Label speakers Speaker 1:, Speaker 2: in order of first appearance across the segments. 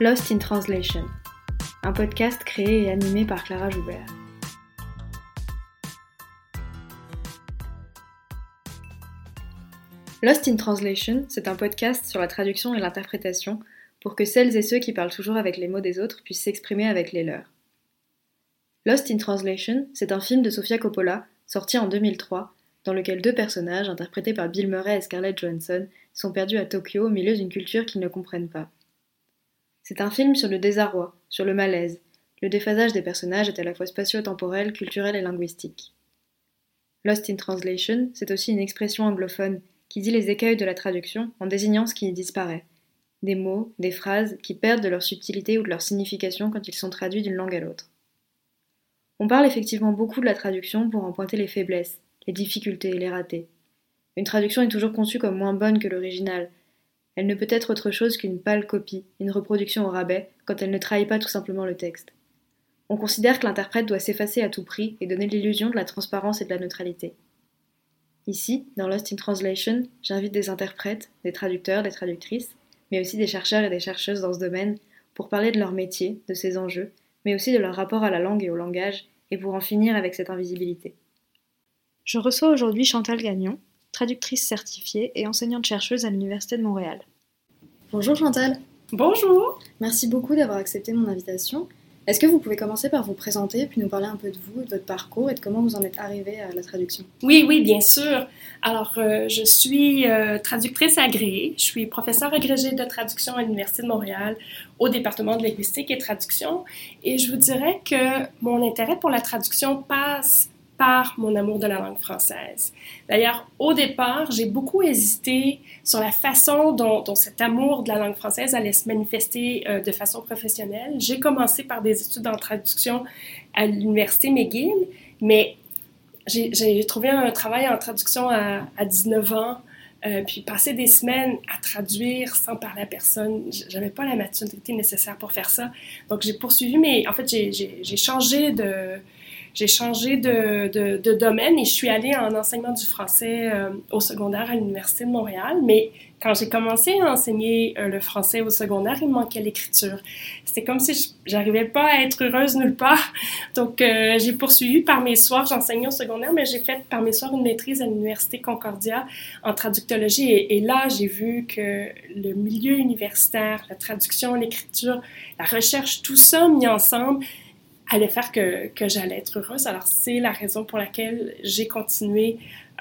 Speaker 1: Lost in Translation, un podcast créé et animé par Clara Joubert. Lost in Translation, c'est un podcast sur la traduction et l'interprétation pour que celles et ceux qui parlent toujours avec les mots des autres puissent s'exprimer avec les leurs. Lost in Translation, c'est un film de Sofia Coppola, sorti en 2003, dans lequel deux personnages, interprétés par Bill Murray et Scarlett Johansson, sont perdus à Tokyo au milieu d'une culture qu'ils ne comprennent pas. C'est un film sur le désarroi, sur le malaise. Le déphasage des personnages est à la fois spatio-temporel, culturel et linguistique. Lost in Translation, c'est aussi une expression anglophone qui dit les écueils de la traduction en désignant ce qui y disparaît. Des mots, des phrases qui perdent de leur subtilité ou de leur signification quand ils sont traduits d'une langue à l'autre. On parle effectivement beaucoup de la traduction pour en pointer les faiblesses, les difficultés et les ratés. Une traduction est toujours conçue comme moins bonne que l'original. Elle ne peut être autre chose qu'une pâle copie, une reproduction au rabais, quand elle ne trahit pas tout simplement le texte. On considère que l'interprète doit s'effacer à tout prix et donner l'illusion de la transparence et de la neutralité. Ici, dans Lost in Translation, j'invite des interprètes, des traducteurs, des traductrices, mais aussi des chercheurs et des chercheuses dans ce domaine, pour parler de leur métier, de ses enjeux, mais aussi de leur rapport à la langue et au langage, et pour en finir avec cette invisibilité. Je reçois aujourd'hui Chantal Gagnon, traductrice certifiée et enseignante-chercheuse à l'Université de Montréal. Bonjour Chantal.
Speaker 2: Bonjour.
Speaker 1: Merci beaucoup d'avoir accepté mon invitation. Est-ce que vous pouvez commencer par vous présenter, puis nous parler un peu de vous, de votre parcours et de comment vous en êtes arrivée à la traduction?
Speaker 2: Oui, bien sûr. Alors, je suis traductrice agréée. Je suis professeure agrégée de traduction à l'Université de Montréal au département de linguistique et traduction. Et je vous dirais que mon intérêt pour la traduction passe par mon amour de la langue française. D'ailleurs, au départ, j'ai beaucoup hésité sur la façon dont cet amour de la langue française allait se manifester de façon professionnelle. J'ai commencé par des études en traduction à l'Université McGill, mais j'ai trouvé un travail en traduction à 19 ans, puis passer des semaines à traduire sans parler à personne, j'avais pas la maturité nécessaire pour faire ça. Donc, j'ai poursuivi, mais en fait, j'ai changé de domaine et je suis allée en enseignement du français au secondaire à l'Université de Montréal. Mais quand j'ai commencé à enseigner le français au secondaire, il me manquait l'écriture. C'était comme si j'arrivais pas à être heureuse nulle part. Donc, j'ai poursuivi par mes soirs. J'enseignais au secondaire, mais j'ai fait par mes soirs une maîtrise à l'Université Concordia en traductologie. Et là, j'ai vu que le milieu universitaire, la traduction, l'écriture, la recherche, tout ça mis ensemble, allait faire que j'allais être heureuse. Alors, c'est la raison pour laquelle j'ai continué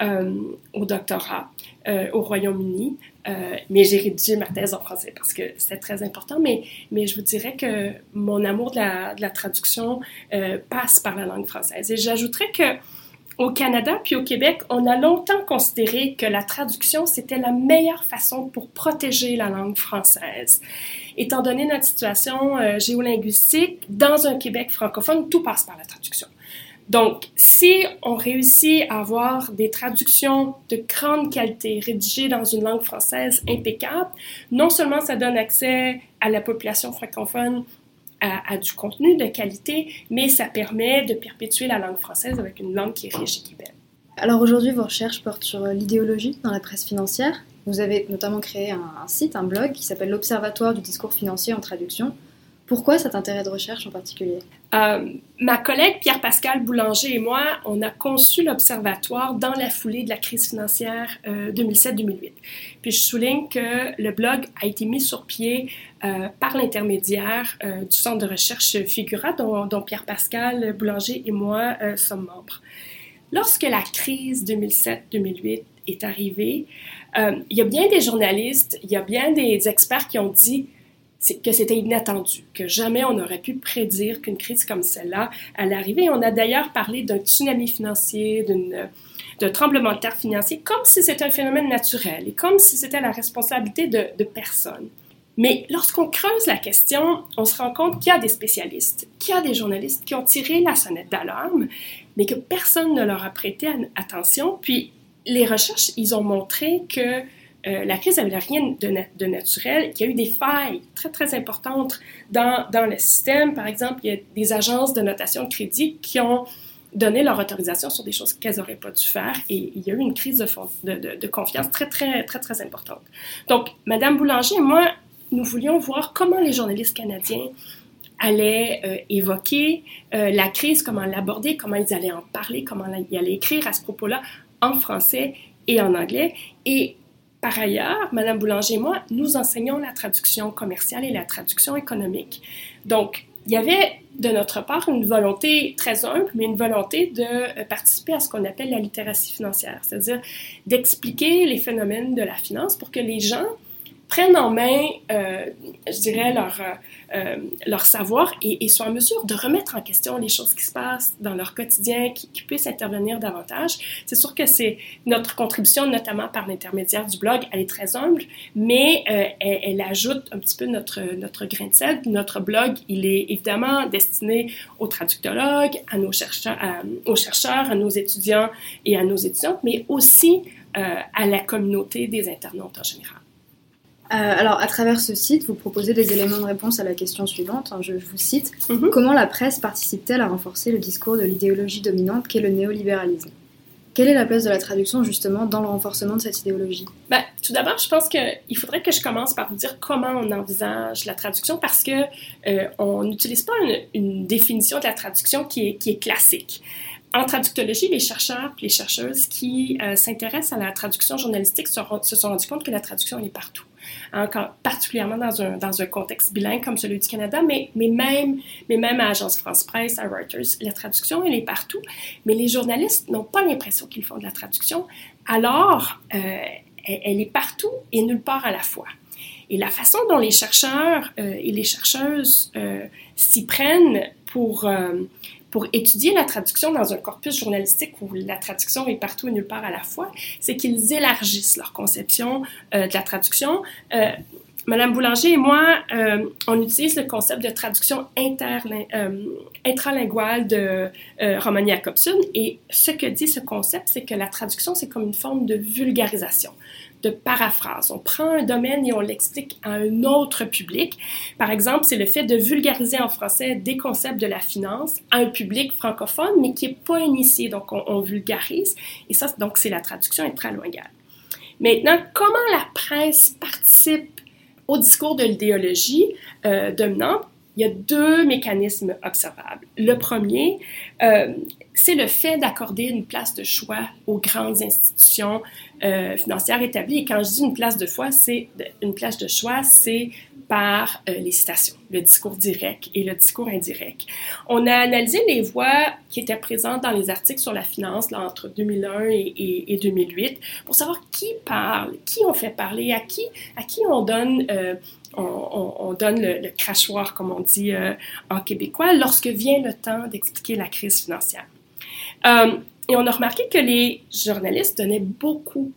Speaker 2: au doctorat au Royaume-Uni, mais j'ai rédigé ma thèse en français parce que c'est très important, mais je vous dirais que mon amour de la traduction passe par la langue française. Et j'ajouterais que au Canada puis au Québec, on a longtemps considéré que la traduction, c'était la meilleure façon pour protéger la langue française. Étant donné notre situation géolinguistique, dans un Québec francophone, tout passe par la traduction. Donc, si on réussit à avoir des traductions de grande qualité rédigées dans une langue française impeccable, non seulement ça donne accès à la population francophone à du contenu de qualité, mais ça permet de perpétuer la langue française avec une langue qui est riche et qui est belle.
Speaker 1: Alors aujourd'hui, vos recherches portent sur l'idéologie dans la presse financière. Vous avez notamment créé un site, un blog qui s'appelle l'Observatoire du discours financier en traduction. Pourquoi cet intérêt de recherche en particulier?
Speaker 2: Ma collègue Pierre-Pascal Boulanger et moi, on a conçu l'Observatoire dans la foulée de la crise financière 2007-2008. Puis je souligne que le blog a été mis sur pied par l'intermédiaire du centre de recherche Figura, dont Pierre-Pascal Boulanger et moi sommes membres. Lorsque la crise 2007-2008 est arrivée, il y a bien des journalistes, il y a bien des experts qui ont dit que c'était inattendu, que jamais on aurait pu prédire qu'une crise comme celle-là allait arriver. On a d'ailleurs parlé d'un tsunami financier, d'un tremblement de terre financier, comme si c'était un phénomène naturel et comme si c'était la responsabilité de personne. Mais lorsqu'on creuse la question, on se rend compte qu'il y a des spécialistes, qu'il y a des journalistes qui ont tiré la sonnette d'alarme, mais que personne ne leur a prêté attention. Puis les recherches, ils ont montré que la crise n'avait rien de naturel, qu'il y a eu des failles très, très importantes dans le système. Par exemple, il y a des agences de notation de crédit qui ont donné leur autorisation sur des choses qu'elles n'auraient pas dû faire et il y a eu une crise de confiance très, très, très, très importante. Donc, Mme Boulanger et moi, nous voulions voir comment les journalistes canadiens allaient évoquer la crise, comment l'aborder, comment ils allaient en parler, comment ils allaient écrire à ce propos-là en français et en anglais. Et par ailleurs, Mme Boulanger et moi, nous enseignons la traduction commerciale et la traduction économique. Donc, il y avait de notre part une volonté très humble, mais une volonté de participer à ce qu'on appelle la littératie financière, c'est-à-dire d'expliquer les phénomènes de la finance pour que les gens prennent en main, je dirais, leur savoir et soient en mesure de remettre en question les choses qui se passent dans leur quotidien, qui puissent intervenir davantage. C'est sûr que c'est notre contribution, notamment par l'intermédiaire du blog, elle est très humble, mais elle ajoute un petit peu notre grain de sel. Notre blog, il est évidemment destiné aux traductologues, aux chercheurs, à nos étudiants et à nos étudiantes, mais aussi à la communauté des internautes en général.
Speaker 1: Alors, à travers ce site, vous proposez des éléments de réponse à la question suivante. Je vous cite. Comment la presse participe-t-elle à renforcer le discours de l'idéologie dominante qu'est le néolibéralisme? Quelle est la place de la traduction, justement, dans le renforcement de cette idéologie?
Speaker 2: Tout d'abord, je pense qu'il faudrait que je commence par vous dire comment on envisage la traduction, parce que on n'utilise pas une définition de la traduction qui est classique. En traductologie, les chercheurs et les chercheuses qui s'intéressent à la traduction journalistique se sont rendus compte que la traduction, elle est partout. Particulièrement dans un contexte bilingue comme celui du Canada, mais même à Agence France-Presse, à Reuters, la traduction, elle est partout. Mais les journalistes n'ont pas l'impression qu'ils font de la traduction, alors elle est partout et nulle part à la fois. Et la façon dont les chercheurs et les chercheuses s'y prennent pour étudier la traduction dans un corpus journalistique où la traduction est partout et nulle part à la fois, c'est qu'ils élargissent leur conception de la traduction. Madame Boulanger et moi, on utilise le concept de traduction intralinguale de Romani Jacobson, et ce que dit ce concept, c'est que la traduction, c'est comme une forme de vulgarisation, de paraphrase. On prend un domaine et on l'explique à un autre public. Par exemple, c'est le fait de vulgariser en français des concepts de la finance à un public francophone, mais qui n'est pas initié. Donc, on vulgarise. Et ça, donc, c'est la traduction intralinguale. Maintenant, comment la presse participe au discours de l'idéologie dominante? Il y a deux mécanismes observables. Le premier, c'est le fait d'accorder une place de choix aux grandes institutions financières établies. Et quand je dis une place de choix, c'est par les citations, le discours direct et le discours indirect. On a analysé les voix qui étaient présentes dans les articles sur la finance là, entre 2001 et 2008 pour savoir qui parle, qui on fait parler, à qui on donne... On donne le crachoir, comme on dit en québécois, lorsque vient le temps d'expliquer la crise financière. Et on a remarqué que les journalistes donnaient beaucoup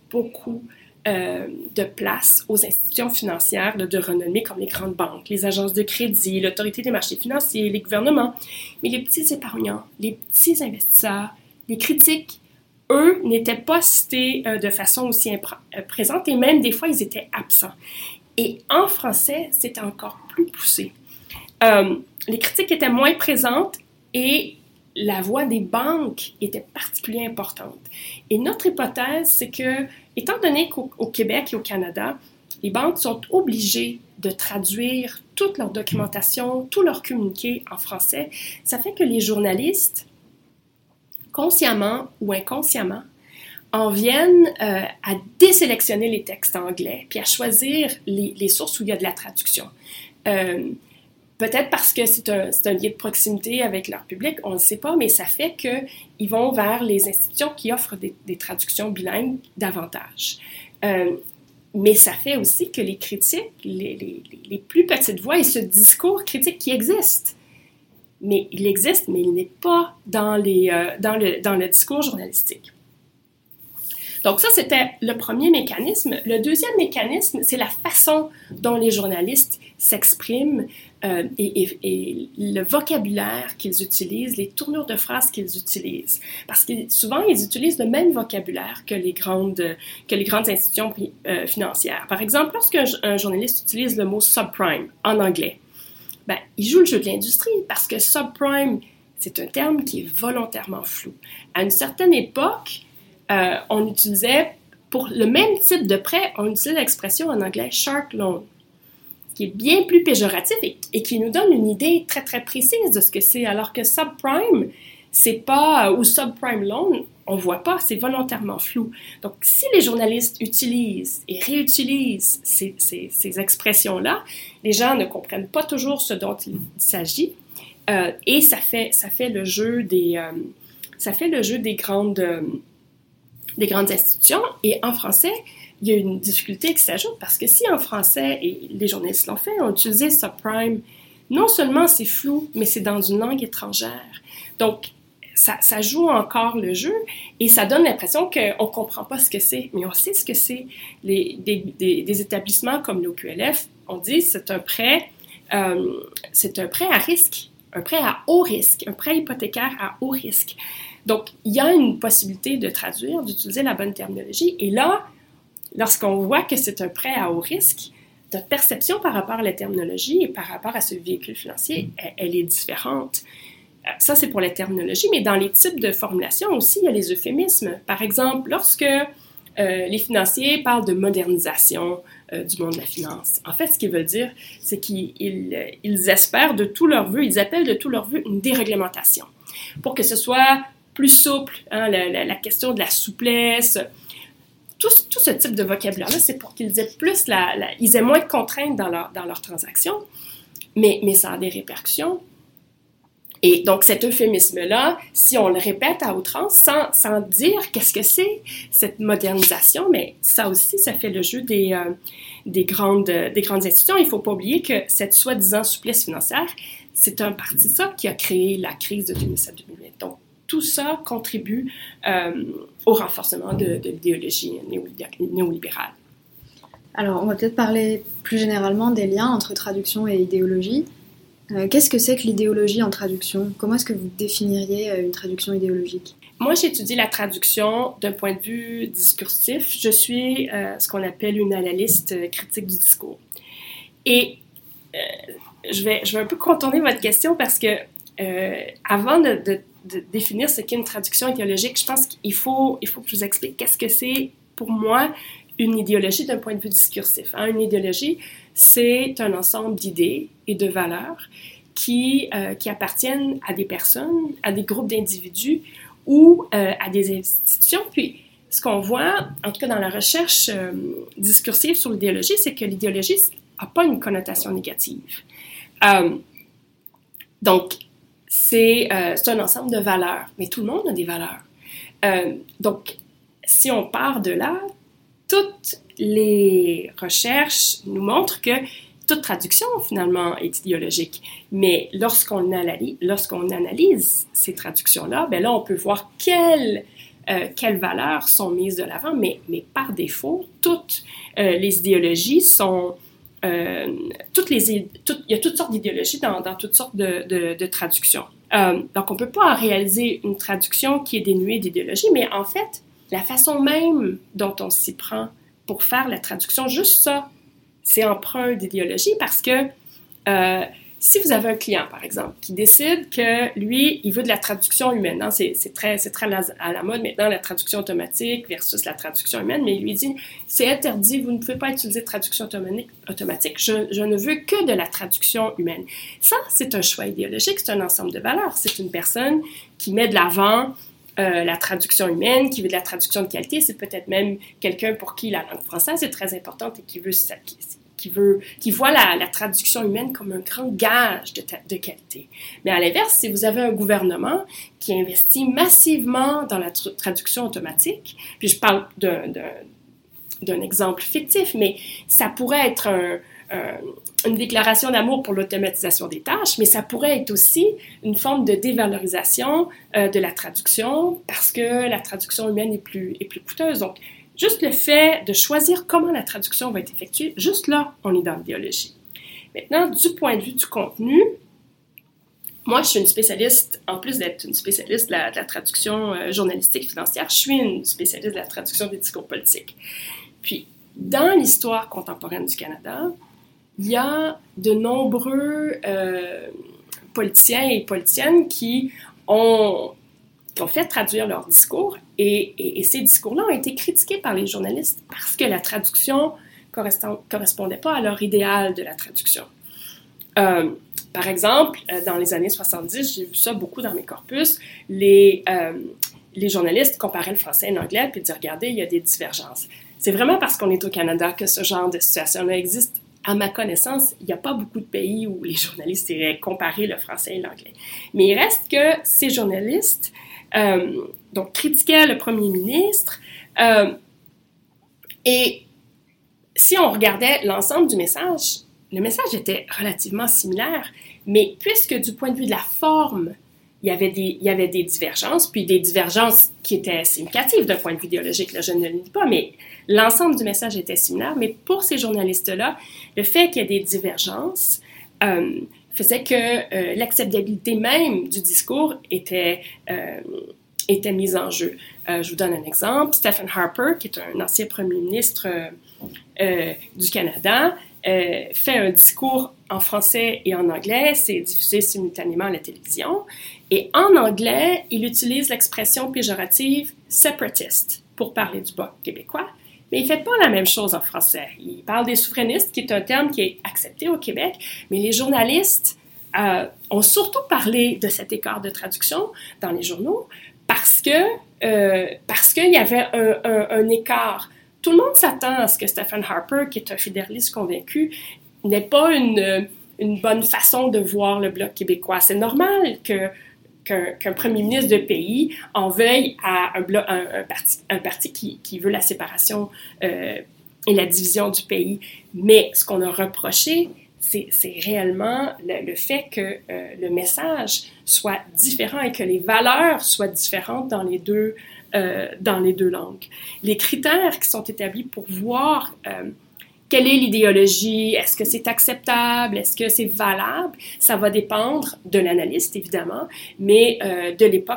Speaker 2: de place aux institutions financières de renommée comme les grandes banques, les agences de crédit, l'autorité des marchés financiers, les gouvernements. Mais les petits épargnants, les petits investisseurs, les critiques, eux, n'étaient pas cités de façon aussi présente et même des fois, ils étaient absents. Et en français, c'était encore plus poussé. Les critiques étaient moins présentes et la voix des banques était particulièrement importante. Et notre hypothèse, c'est que, étant donné qu'au Québec et au Canada, les banques sont obligées de traduire toute leur documentation, tous leurs communiqués en français, ça fait que les journalistes, consciemment ou inconsciemment, en viennent à désélectionner les textes anglais puis à choisir les sources où il y a de la traduction. Peut-être parce que c'est un lien de proximité avec leur public, on ne le sait pas, mais ça fait qu'ils vont vers les institutions qui offrent des traductions bilingues davantage. Mais ça fait aussi que les critiques, les plus petites voix et ce discours critique qui existe, mais il existe, mais il n'est pas dans le discours journalistique. Donc ça, c'était le premier mécanisme. Le deuxième mécanisme, c'est la façon dont les journalistes s'expriment et le vocabulaire qu'ils utilisent, les tournures de phrases qu'ils utilisent. Parce que souvent, ils utilisent le même vocabulaire que les grandes institutions financières. Par exemple, lorsqu'un journaliste utilise le mot « subprime » en anglais, il joue le jeu de l'industrie parce que « subprime », c'est un terme qui est volontairement flou. À une certaine époque, on utilisait, pour le même type de prêt, on utilisait l'expression en anglais « shark loan ». qui est bien plus péjoratif et qui nous donne une idée très, très précise de ce que c'est, alors que subprime, c'est pas, ou subprime loan, on voit pas, c'est volontairement flou. Donc, si les journalistes utilisent et réutilisent ces expressions-là, les gens ne comprennent pas toujours ce dont il s'agit, et ça fait le jeu des grandes institutions. Et en français, il y a une difficulté qui s'ajoute parce que si en français, et les journalistes l'ont fait, ont utilisé subprime, non seulement c'est flou, mais c'est dans une langue étrangère. Donc, ça joue encore le jeu et ça donne l'impression qu'on ne comprend pas ce que c'est, mais on sait ce que c'est. Des établissements comme l'OQLF, on dit c'est un prêt à risque, un prêt à haut risque, un prêt hypothécaire à haut risque. Donc, il y a une possibilité de traduire, d'utiliser la bonne terminologie. Et là, lorsqu'on voit que c'est un prêt à haut risque, notre perception par rapport à la terminologie et par rapport à ce véhicule financier, elle est différente. Ça, c'est pour la terminologie, mais dans les types de formulation aussi, il y a les euphémismes. Par exemple, lorsque les financiers parlent de modernisation du monde de la finance, en fait, ce qu'ils veulent dire, c'est qu'ils espèrent de tout leur vœu, ils appellent de tout leur vœu une déréglementation pour que ce soit plus souple, hein, la question de la souplesse. Tout ce type de vocabulaire-là, c'est pour qu'ils aient plus ils aient moins de contraintes dans leurs transactions, mais ça a des répercussions. Et donc, cet euphémisme-là, si on le répète à outrance, sans dire qu'est-ce que c'est, cette modernisation, mais ça aussi, ça fait le jeu des grandes institutions. Il ne faut pas oublier que cette soi-disant souplesse financière, c'est un parti ça qui a créé la crise de 2007-2008. Donc, tout ça contribue au renforcement de l'idéologie néolibérale.
Speaker 1: Alors, on va peut-être parler plus généralement des liens entre traduction et idéologie. Qu'est-ce que c'est que l'idéologie en traduction? Comment est-ce que vous définiriez une traduction idéologique?
Speaker 2: Moi, j'étudie la traduction d'un point de vue discursif. Je suis ce qu'on appelle une analyste critique du discours. Et je vais un peu contourner votre question parce que avant de définir ce qu'est une traduction idéologique, je pense qu'il faut que je vous explique qu'est-ce que c'est pour moi une idéologie d'un point de vue discursif. Hein? Une idéologie, c'est un ensemble d'idées et de valeurs qui appartiennent à des personnes, à des groupes d'individus ou à des institutions. Puis, ce qu'on voit, en tout cas dans la recherche discursive sur l'idéologie, c'est que l'idéologie n'a pas une connotation négative. Donc, c'est un ensemble de valeurs, mais tout le monde a des valeurs. Donc, si on part de là, toutes les recherches nous montrent que toute traduction, finalement, est idéologique. Mais lorsqu'on analyse ces traductions-là, ben là, on peut voir quelles valeurs sont mises de l'avant, mais par défaut, toutes les idéologies sont... il y a toutes sortes d'idéologies dans toutes sortes de traductions. Donc, on ne peut pas réaliser une traduction qui est dénuée d'idéologie, mais en fait, la façon même dont on s'y prend pour faire la traduction, juste ça, c'est empreint d'idéologie parce que si vous avez un client, par exemple, qui décide que lui, il veut de la traduction humaine, hein, c'est très à la mode maintenant, la traduction automatique versus la traduction humaine, mais il lui dit, c'est interdit, vous ne pouvez pas utiliser de traduction automatique, je ne veux que de la traduction humaine. Ça, c'est un choix idéologique, c'est un ensemble de valeurs. C'est une personne qui met de l'avant la traduction humaine, qui veut de la traduction de qualité, c'est peut-être même quelqu'un pour qui la langue française est très importante et qui voit la traduction humaine comme un grand gage de qualité. Mais à l'inverse, si vous avez un gouvernement qui investit massivement dans la traduction automatique, puis je parle d'un exemple fictif, mais ça pourrait être une déclaration d'amour pour l'automatisation des tâches, mais ça pourrait être aussi une forme de dévalorisation de la traduction parce que la traduction humaine est plus coûteuse. Donc, juste le fait de choisir comment la traduction va être effectuée, juste là, on est dans l'idéologie. Maintenant, du point de vue du contenu, moi, je suis une spécialiste, en plus d'être une spécialiste de la traduction journalistique financière, je suis une spécialiste de la traduction des discours politiques. Puis, dans l'histoire contemporaine du Canada, il y a de nombreux politiciens et politiciennes qui ont fait traduire leurs discours et ces discours-là ont été critiqués par les journalistes parce que la traduction correspondaient pas à leur idéal de la traduction. Par exemple, dans les années 70, j'ai vu ça beaucoup dans mes corpus, les journalistes comparaient le français et l'anglais puis disaient, regardez, il y a des divergences. C'est vraiment parce qu'on est au Canada que ce genre de situation-là existe. À ma connaissance, il n'y a pas beaucoup de pays où les journalistes iraient comparer le français et l'anglais. Mais il reste que ces journalistes donc critiquaient le premier ministre et si on regardait l'ensemble du message, le message était relativement similaire, mais puisque du point de vue de la forme, il y avait des divergences, puis des divergences qui étaient significatives d'un point de vue idéologique, là, je ne le dis pas, mais l'ensemble du message était similaire. Mais pour ces journalistes-là, le fait qu'il y ait des divergences faisait que l'acceptabilité même du discours était mise en jeu. Je vous donne un exemple. Stephen Harper, qui est un ancien premier ministre du Canada, fait un discours en français et en anglais. C'est diffusé simultanément à la télévision. Et en anglais, il utilise l'expression péjorative « separatist » pour parler du Bloc québécois. Mais il ne fait pas la même chose en français. Il parle des souverainistes, qui est un terme qui est accepté au Québec, mais les journalistes ont surtout parlé de cet écart de traduction dans les journaux parce qu'il y avait un écart. Tout le monde s'attend à ce que Stephen Harper, qui est un fédéraliste convaincu, n'ait pas une bonne façon de voir le Bloc québécois. C'est normal qu'un premier ministre de pays en veuille à un parti qui veut la séparation et la division du pays. Mais ce qu'on a reproché, c'est réellement le fait que le message soit différent et que les valeurs soient différentes dans les deux langues. Les critères qui sont établis pour voir quelle est l'idéologie, est-ce que c'est acceptable, est-ce que c'est valable, ça va dépendre de l'analyste, évidemment, mais de l'époque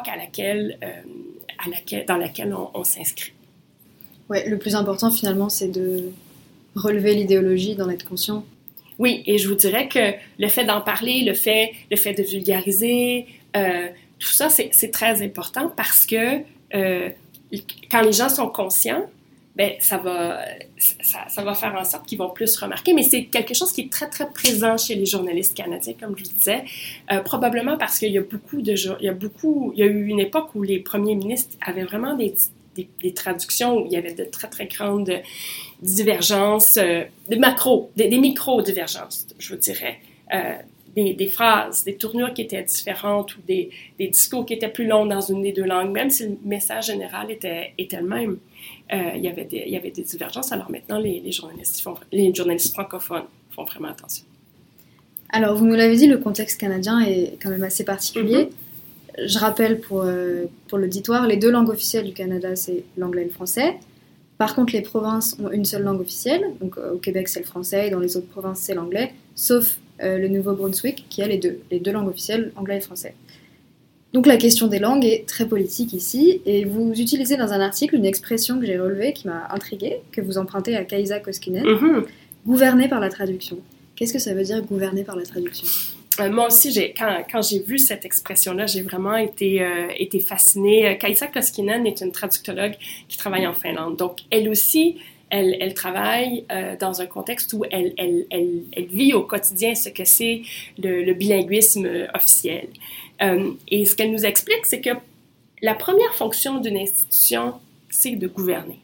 Speaker 2: dans laquelle on s'inscrit.
Speaker 1: Ouais, le plus important, finalement, c'est de relever l'idéologie, d'en être conscient.
Speaker 2: Oui, et je vous dirais que le fait d'en parler, le fait de vulgariser, tout ça, c'est très important parce que quand les gens sont conscients, ben ça va faire en sorte qu'ils vont plus remarquer, mais c'est quelque chose qui est très, très présent chez les journalistes canadiens, comme je vous disais, probablement parce qu'il y a il y a eu une époque où les premiers ministres avaient vraiment des traductions où il y avait de très, très grandes divergences, des micro-divergences, je vous dirais, des phrases, des tournures qui étaient différentes ou des discours qui étaient plus longs dans une des deux langues, même si le message général était le même. Il y avait des divergences. Alors maintenant, les journalistes francophones font vraiment attention.
Speaker 1: Alors, vous nous l'avez dit, le contexte canadien est quand même assez particulier. Mm-hmm. Je rappelle pour l'auditoire, les deux langues officielles du Canada, c'est l'anglais et le français. Par contre, les provinces ont une seule langue officielle. Donc, au Québec, c'est le français et dans les autres provinces, c'est l'anglais, sauf le Nouveau-Brunswick qui a les deux langues officielles, anglais et français. Donc la question des langues est très politique ici, et vous utilisez dans un article une expression que j'ai relevée, qui m'a intriguée, que vous empruntez à Kaisa Koskinen, gouverner par la traduction. Qu'est-ce que ça veut dire gouverner par la traduction ?
Speaker 2: Moi aussi, quand j'ai vu cette expression-là, j'ai vraiment été fascinée. Kaisa Koskinen est une traductologue qui travaille en Finlande. Donc, elle aussi, elle travaille dans un contexte où elle vit au quotidien ce que c'est le bilinguisme officiel. Et ce qu'elle nous explique, c'est que la première fonction d'une institution, c'est de gouverner.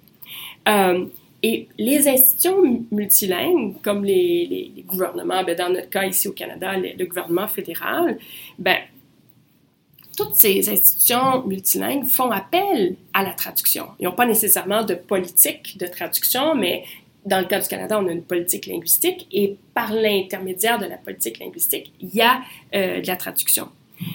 Speaker 2: Et les institutions multilingues, comme les gouvernements, dans notre cas ici au Canada, le gouvernement fédéral, toutes ces institutions multilingues font appel à la traduction. Ils n'ont pas nécessairement de politique de traduction, mais dans le cas du Canada, on a une politique linguistique et par l'intermédiaire de la politique linguistique, il y a de la traduction.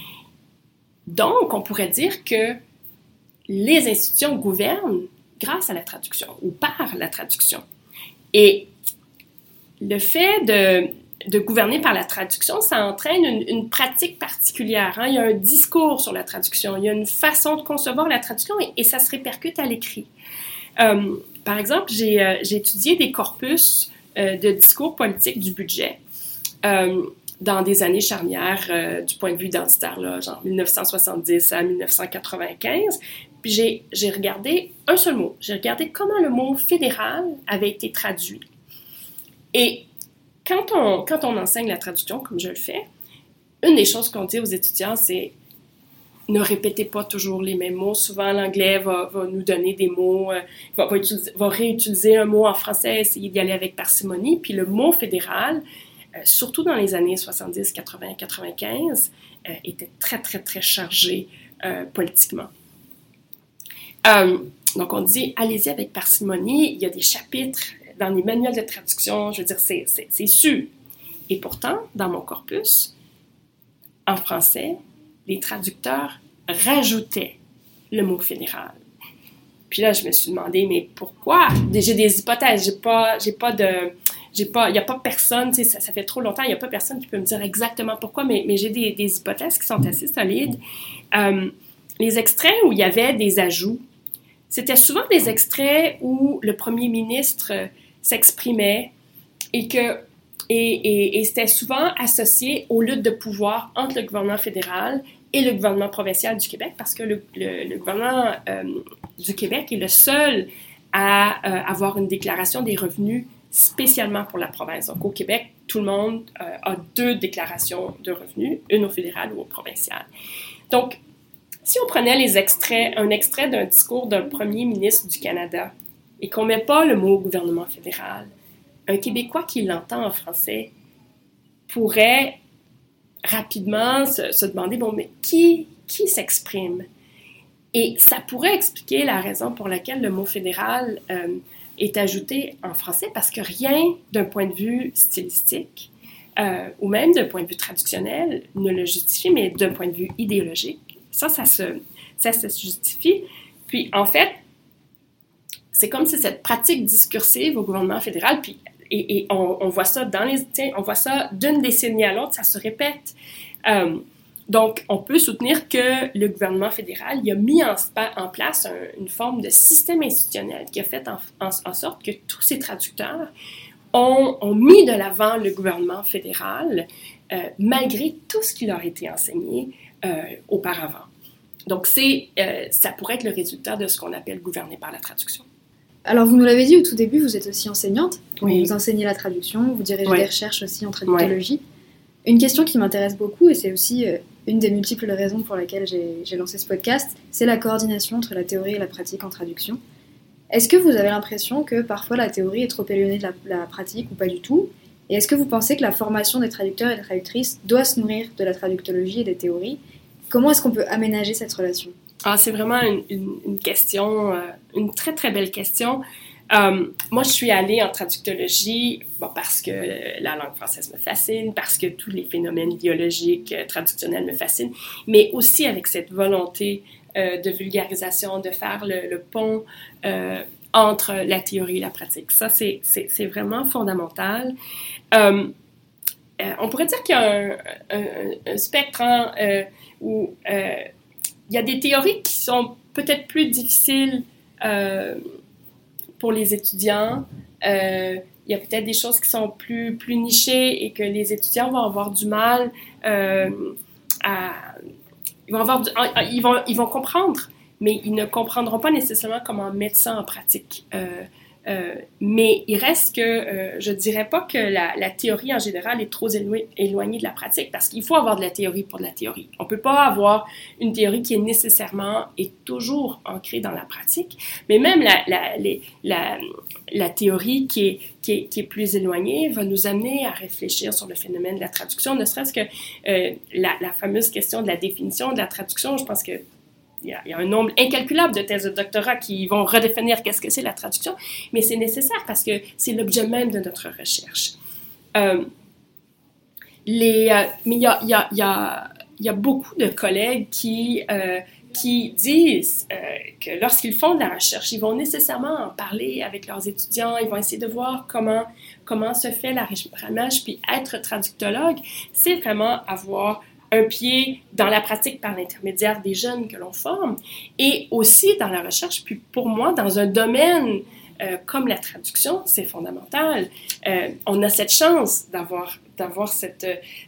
Speaker 2: Donc, on pourrait dire que les institutions gouvernent grâce à la traduction ou par la traduction. Et le fait de gouverner par la traduction, ça entraîne une pratique particulière. Il y a un discours sur la traduction, il y a une façon de concevoir la traduction et ça se répercute à l'écrit. Par exemple, j'ai étudié des corpus de discours politiques du budget dans des années charnières du point de vue identitaire, là, genre 1970 à 1995. Puis j'ai regardé un seul mot. J'ai regardé comment le mot « fédéral » avait été traduit. Et quand on enseigne la traduction, comme je le fais, une des choses qu'on dit aux étudiants, c'est ne répétez pas toujours les mêmes mots. Souvent, l'anglais va nous donner des mots, va réutiliser un mot en français, essayer d'y aller avec parcimonie. Puis le mot fédéral, surtout dans les années 70, 80, 95, était très, très, très chargé politiquement. Donc, on dit, allez-y avec parcimonie. Il y a des chapitres dans les manuels de traduction. Je veux dire, c'est sûr. Et pourtant, dans mon corpus, en français, les traducteurs rajoutaient le mot fédéral. Puis là, je me suis demandé, mais pourquoi? J'ai des hypothèses. Il n'y a pas personne, tu sais, ça fait trop longtemps, il n'y a pas personne qui peut me dire exactement pourquoi, mais j'ai des hypothèses qui sont assez solides. Les extraits où il y avait des ajouts, c'était souvent des extraits où le premier ministre s'exprimait et c'était souvent associé aux luttes de pouvoir entre le gouvernement fédéral et le gouvernement provincial du Québec, parce que le gouvernement du Québec est le seul à avoir une déclaration des revenus spécialement pour la province. Donc, au Québec, tout le monde a 2 déclarations de revenus, une au fédéral ou au provincial. Donc, si on prenait un extrait d'un discours d'un premier ministre du Canada et qu'on ne met pas le mot gouvernement fédéral, un Québécois qui l'entend en français pourrait rapidement se demander, bon, mais qui s'exprime? Et ça pourrait expliquer la raison pour laquelle le mot fédéral est ajouté en français, parce que rien d'un point de vue stylistique ou même d'un point de vue traductionnel ne le justifie, mais d'un point de vue idéologique, ça se justifie. Puis, en fait, c'est comme si cette pratique discursive au gouvernement fédéral, puis et on voit ça on voit ça d'une décennie à l'autre, ça se répète. Donc, on peut soutenir que le gouvernement fédéral il a mis en place une forme de système institutionnel qui a fait en sorte que tous ces traducteurs ont mis de l'avant le gouvernement fédéral malgré tout ce qui leur a été enseigné auparavant. Donc, ça pourrait être le résultat de ce qu'on appelle gouverner par la traduction.
Speaker 1: Alors, vous nous l'avez dit au tout début, vous êtes aussi enseignante.
Speaker 2: Oui.
Speaker 1: Vous enseignez la traduction, vous dirigez
Speaker 2: Oui.
Speaker 1: des recherches aussi en traductologie. Oui. Une question qui m'intéresse beaucoup, et c'est aussi une des multiples raisons pour lesquelles j'ai lancé ce podcast, c'est la coordination entre la théorie et la pratique en traduction. Est-ce que vous avez l'impression que parfois la théorie est trop éloignée de la pratique ou pas du tout? Et est-ce que vous pensez que la formation des traducteurs et des traductrices doit se nourrir de la traductologie et des théories? Comment est-ce qu'on peut aménager cette relation?
Speaker 2: C'est vraiment une question, une très, très belle question. Moi, je suis allée en traductologie parce que la langue française me fascine, parce que tous les phénomènes biologiques, traductionnels me fascinent, mais aussi avec cette volonté de vulgarisation, de faire le pont entre la théorie et la pratique. Ça, c'est vraiment fondamental. On pourrait dire qu'il y a un spectre où il y a des théories qui sont peut-être plus difficiles pour les étudiants. Il y a peut-être des choses qui sont plus nichées et que les étudiants vont avoir du mal ils vont comprendre, mais ils ne comprendront pas nécessairement comment mettre ça en pratique. Mais il reste que je dirais pas que la théorie en général est trop éloignée de la pratique, parce qu'il faut avoir de la théorie pour de la théorie. On peut pas avoir une théorie qui est nécessairement et toujours ancrée dans la pratique, mais même la théorie qui est plus éloignée va nous amener à réfléchir sur le phénomène de la traduction, ne serait-ce que la fameuse question de la définition de la traduction. Je pense que il y a un nombre incalculable de thèses de doctorat qui vont redéfinir qu'est-ce que c'est la traduction, mais c'est nécessaire parce que c'est l'objet même de notre recherche. Mais il y a beaucoup de collègues qui disent que lorsqu'ils font de la recherche, ils vont nécessairement en parler avec leurs étudiants, ils vont essayer de voir comment se fait l'arrimage, puis être traductologue, c'est vraiment avoir un pied dans la pratique par l'intermédiaire des jeunes que l'on forme, et aussi dans la recherche. Puis pour moi, dans un domaine comme la traduction, c'est fondamental. On a cette chance d'avoir cette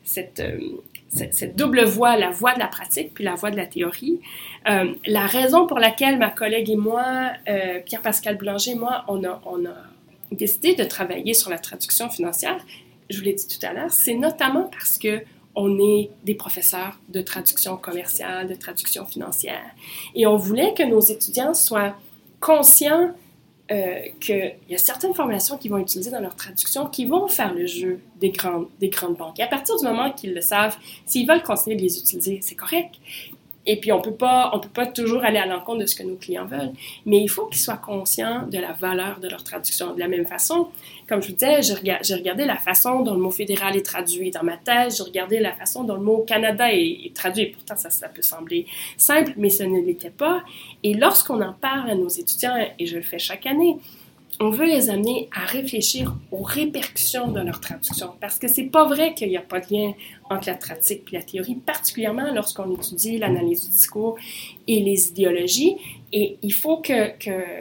Speaker 2: double voie, la voie de la pratique puis la voie de la théorie. La raison pour laquelle ma collègue et moi, Pierre-Pascal Boulanger et moi, on décidé de travailler sur la traduction financière, je vous l'ai dit tout à l'heure, c'est notamment parce que on est des professeurs de traduction commerciale, de traduction financière. Et on voulait que nos étudiants soient conscients qu'il y a certaines formations qu'ils vont utiliser dans leur traduction qui vont faire le jeu des grandes banques. Et à partir du moment qu'ils le savent, s'ils veulent continuer de les utiliser, c'est correct. Et puis, on peut pas toujours aller à l'encontre de ce que nos clients veulent, mais il faut qu'ils soient conscients de la valeur de leur traduction. De la même façon, comme je vous disais, j'ai regardé la façon dont le mot fédéral est traduit dans ma thèse, j'ai regardé la façon dont le mot Canada est traduit. Et pourtant, ça peut sembler simple, mais ce ne l'était pas. Et lorsqu'on en parle à nos étudiants, et je le fais chaque année, on veut les amener à réfléchir aux répercussions de leur traduction. Parce que c'est pas vrai qu'il n'y a pas de lien entre la pratique et la théorie, particulièrement lorsqu'on étudie l'analyse du discours et les idéologies. Et il faut que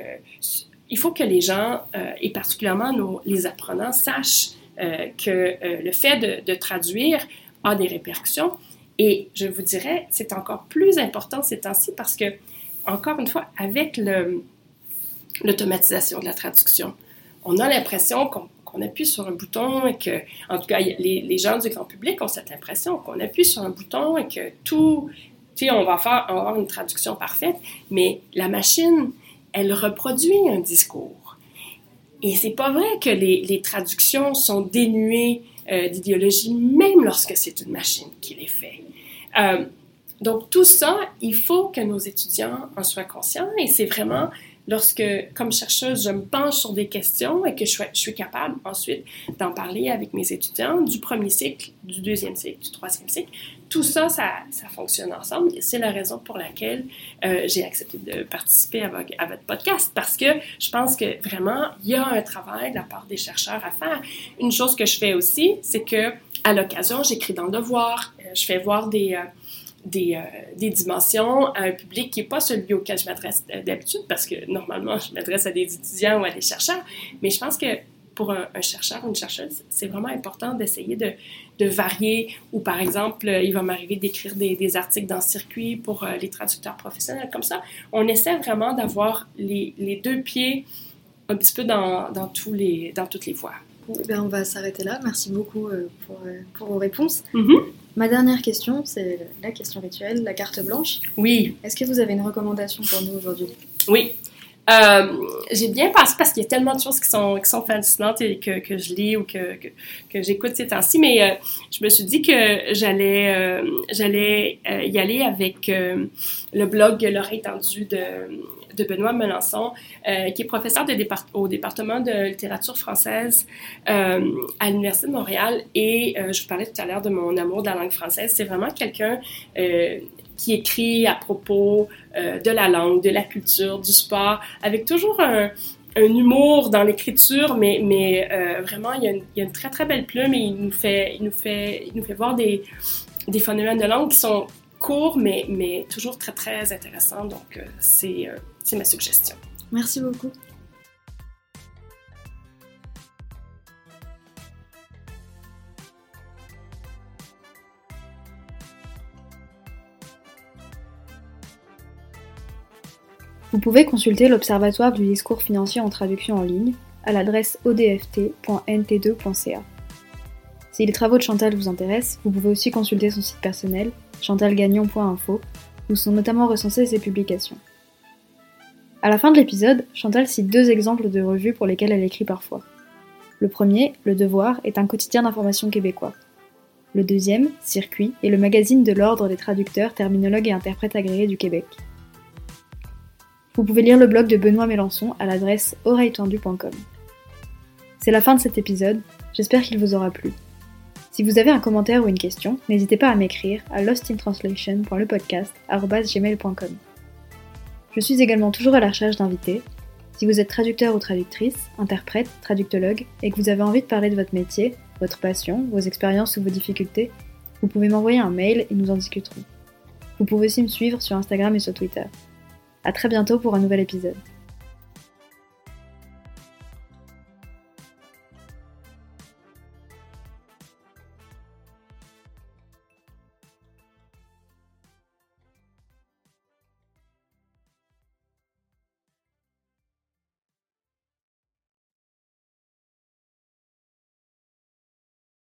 Speaker 2: les gens, et particulièrement les apprenants, sachent que le fait de traduire a des répercussions. Et je vous dirais, c'est encore plus important ces temps-ci parce que, encore une fois, avec l'automatisation de la traduction, on a l'impression qu'on appuie sur un bouton et que, en tout cas, les gens du grand public ont cette impression qu'on appuie sur un bouton et que tout, tu sais, on va avoir une traduction parfaite, mais la machine, elle reproduit un discours. Et c'est pas vrai que les traductions sont dénuées d'idéologie, même lorsque c'est une machine qui les fait. Donc, tout ça, il faut que nos étudiants en soient conscients et c'est vraiment lorsque, comme chercheuse, je me penche sur des questions et que je suis capable ensuite d'en parler avec mes étudiants du premier cycle, du deuxième cycle, du troisième cycle. Tout ça, ça fonctionne ensemble et c'est la raison pour laquelle j'ai accepté de participer à votre podcast parce que je pense que vraiment, il y a un travail de la part des chercheurs à faire. Une chose que je fais aussi, c'est que à l'occasion, j'écris dans le devoir, je fais voir des dimensions à un public qui n'est pas celui auquel je m'adresse d'habitude, parce que normalement, je m'adresse à des étudiants ou à des chercheurs, mais je pense que pour un chercheur ou une chercheuse, c'est vraiment important d'essayer de varier, ou par exemple, il va m'arriver d'écrire des articles dans Circuit pour les traducteurs professionnels, comme ça. On essaie vraiment d'avoir les deux pieds un petit peu dans toutes les voies.
Speaker 1: Ben, on va s'arrêter là. Merci beaucoup pour vos réponses.
Speaker 2: Mm-hmm.
Speaker 1: Ma dernière question, c'est la question rituelle, la carte blanche.
Speaker 2: Oui.
Speaker 1: Est-ce que vous avez une recommandation pour nous aujourd'hui?
Speaker 2: Oui. J'ai bien pensé parce qu'il y a tellement de choses qui sont fascinantes et que je lis ou que j'écoute ces temps-ci, mais je me suis dit que j'allais y aller avec le blog L'oreille tendue de Benoît Melançon, qui est professeur au département de littérature française à l'Université de Montréal. Et je vous parlais tout à l'heure de mon amour de la langue française. C'est vraiment quelqu'un qui écrit à propos de la langue, de la culture, du sport, avec toujours un humour dans l'écriture, mais vraiment, il y a une très, très belle plume et il nous fait voir des phénomènes de langue qui sont courts, mais toujours très, très intéressants. Donc, c'est ma suggestion.
Speaker 1: Merci beaucoup. Vous pouvez consulter l'Observatoire du discours financier en traduction en ligne à l'adresse odft.nt2.ca. Si les travaux de Chantal vous intéressent, vous pouvez aussi consulter son site personnel, chantalgagnon.info, où sont notamment recensées ses publications. À la fin de l'épisode, Chantal cite 2 exemples de revues pour lesquelles elle écrit parfois. Le premier, Le Devoir, est un quotidien d'information québécois. Le deuxième, Circuit, est le magazine de l'Ordre des traducteurs, terminologues et interprètes agréés du Québec. Vous pouvez lire le blog de Benoît Melançon à l'adresse oreilletendue.com. C'est la fin de cet épisode, j'espère qu'il vous aura plu. Si vous avez un commentaire ou une question, n'hésitez pas à m'écrire à lostintranslation.lepodcast@gmail.com. Je suis également toujours à la recherche d'invités. Si vous êtes traducteur ou traductrice, interprète, traductologue, et que vous avez envie de parler de votre métier, votre passion, vos expériences ou vos difficultés, vous pouvez m'envoyer un mail et nous en discuterons. Vous pouvez aussi me suivre sur Instagram et sur Twitter. À très bientôt pour un nouvel épisode.